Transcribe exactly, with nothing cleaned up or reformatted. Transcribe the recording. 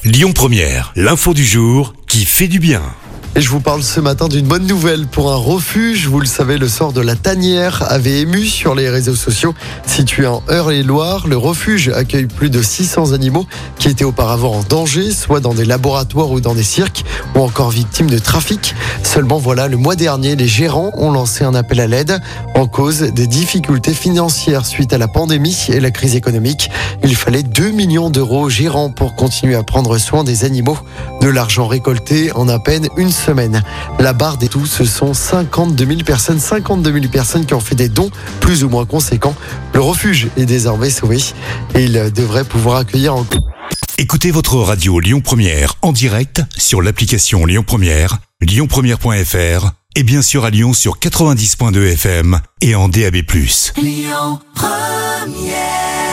Lyon Première, l'info du jour qui fait du bien. Et je vous parle ce matin d'une bonne nouvelle pour un refuge. Vous le savez, le sort de la tanière avait ému sur les réseaux sociaux. Situé en Eure-et-Loire, le refuge accueille plus de six cents animaux qui étaient auparavant en danger, soit dans des laboratoires ou dans des cirques, ou encore victimes de trafic. Seulement voilà, le mois dernier, les gérants ont lancé un appel à l'aide en cause des difficultés financières suite à la pandémie et la crise économique. Il fallait deux millions d'euros aux gérants pour continuer à prendre soin des animaux. De l'argent récolté en à peine une semaine. La barre des tous, ce sont cinquante-deux mille personnes, cinquante-deux mille personnes qui ont fait des dons plus ou moins conséquents. Le refuge est désormais sauvé et il devrait pouvoir accueillir encore. Écoutez votre radio Lyon Première en direct sur l'application Lyon Première, lyon première point f r et bien sûr à Lyon sur quatre-vingt-dix point deux F M et en D A B plus. Lyon Première.